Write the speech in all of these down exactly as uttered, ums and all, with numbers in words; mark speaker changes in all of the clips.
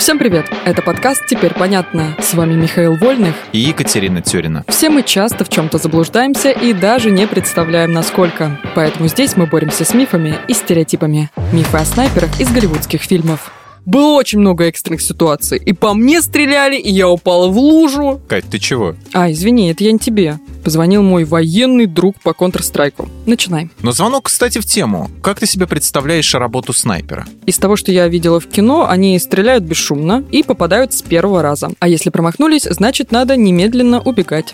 Speaker 1: Всем привет! Это подкаст «Теперь понятно». С вами Михаил Вольных
Speaker 2: и Екатерина Тюрина.
Speaker 1: Все мы часто в чем-то заблуждаемся и даже не представляем, насколько. Поэтому здесь мы боремся с мифами и стереотипами. Мифы о снайперах из голливудских фильмов. Было очень много экстренных ситуаций. И по мне стреляли, и я упала в лужу.
Speaker 2: Кать, ты чего?
Speaker 1: А, извини, это я не тебе. Позвонил мой военный друг по Counter-Strike. Начинай.
Speaker 2: Но звонок, кстати, в тему. Как ты себе представляешь работу снайпера?
Speaker 1: Из того, что я видела в кино, они стреляют бесшумно и попадают с первого раза. А если промахнулись, значит, надо немедленно убегать.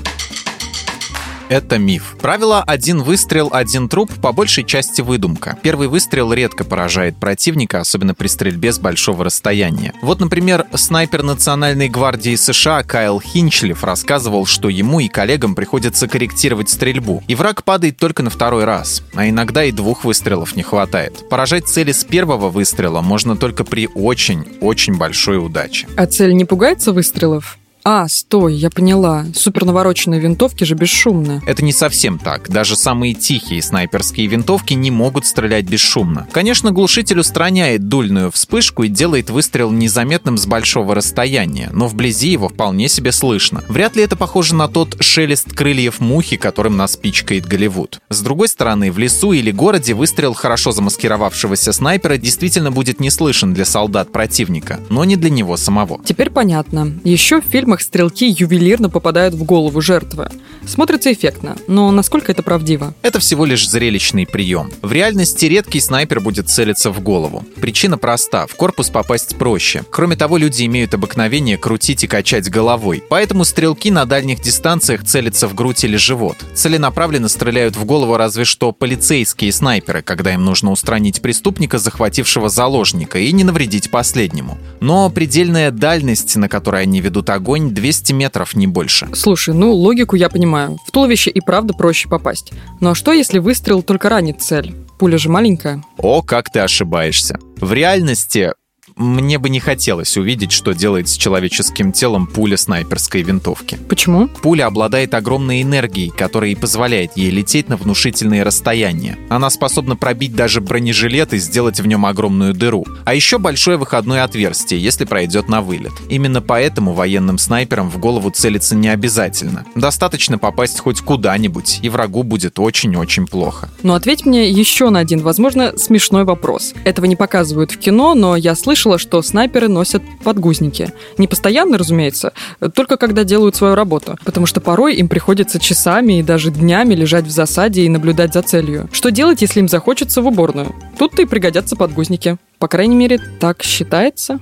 Speaker 2: Это миф. Правило «один выстрел, один труп» по большей части выдумка. Первый выстрел редко поражает противника, особенно при стрельбе с большого расстояния. Вот, например, снайпер Национальной гвардии США Кайл Хинчлиф рассказывал, что ему и коллегам приходится корректировать стрельбу, и враг падает только на второй раз, а иногда и двух выстрелов не хватает. Поражать цели с первого выстрела можно только при очень-очень большой удаче.
Speaker 1: А цель не пугается выстрелов? А, стой, я поняла. Супер навороченные винтовки же бесшумные.
Speaker 2: Это не совсем так. Даже самые тихие снайперские винтовки не могут стрелять бесшумно. Конечно, глушитель устраняет дульную вспышку и делает выстрел незаметным с большого расстояния, но вблизи его вполне себе слышно. Вряд ли это похоже на тот шелест крыльев мухи, которым нас пичкает Голливуд. С другой стороны, в лесу или городе выстрел хорошо замаскировавшегося снайпера действительно будет не слышен для солдат противника, но не для него самого.
Speaker 1: Теперь понятно. Еще в фильмах стрелки ювелирно попадают в голову жертвы. Смотрится эффектно, но насколько это правдиво?
Speaker 2: Это всего лишь зрелищный прием. В реальности редкий снайпер будет целиться в голову. Причина проста: в корпус попасть проще. Кроме того, люди имеют обыкновение крутить и качать головой. Поэтому стрелки на дальних дистанциях целятся в грудь или живот. Целенаправленно стреляют в голову разве что полицейские снайперы, когда им нужно устранить преступника, захватившего заложника, и не навредить последнему. Но предельная дальность, на которой они ведут огонь, двести метров, не больше.
Speaker 1: Слушай, ну логику я понимаю. В туловище и правда проще попасть. Ну а что, если выстрел только ранит цель? Пуля же маленькая.
Speaker 2: О, как ты ошибаешься. В реальности мне бы не хотелось увидеть, что делает с человеческим телом пуля снайперской винтовки.
Speaker 1: Почему?
Speaker 2: Пуля обладает огромной энергией, которая и позволяет ей лететь на внушительные расстояния. Она способна пробить даже бронежилет и сделать в нем огромную дыру. А еще большое выходное отверстие, если пройдет на вылет. Именно поэтому военным снайперам в голову целиться не обязательно. Достаточно попасть хоть куда-нибудь, и врагу будет очень-очень плохо.
Speaker 1: Ну ответь мне еще на один, возможно, смешной вопрос. Этого не показывают в кино, но я слышала, что снайперы носят подгузники. Не постоянно, разумеется, только когда делают свою работу, потому что порой им приходится часами и даже днями лежать в засаде и наблюдать за целью. Что делать, если им захочется в уборную? Тут-то и пригодятся подгузники. По крайней мере, так считается.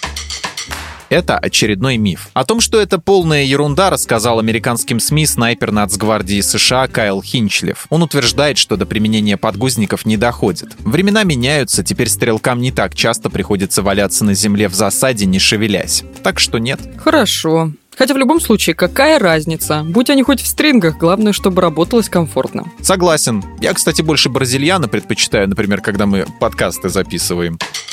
Speaker 2: Это очередной миф. О том, что это полная ерунда, рассказал американским СМИ снайпер Нацгвардии США Кайл Хинчлиф. Он утверждает, что до применения подгузников не доходит. Времена меняются, теперь стрелкам не так часто приходится валяться на земле в засаде, не шевелясь. Так что нет.
Speaker 1: Хорошо. Хотя в любом случае, какая разница? Будь они хоть в стрингах, главное, чтобы работалось комфортно.
Speaker 2: Согласен. Я, кстати, больше бразильяна предпочитаю, например, когда мы подкасты записываем.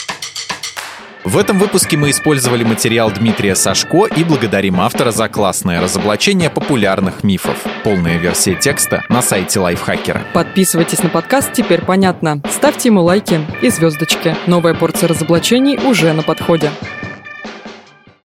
Speaker 2: В этом выпуске мы использовали материал Дмитрия Сашко и благодарим автора за классное разоблачение популярных мифов. Полная версия текста на сайте Лайфхакера.
Speaker 1: Подписывайтесь на подкаст «Теперь понятно». Ставьте ему лайки и звездочки. Новая порция разоблачений уже на подходе.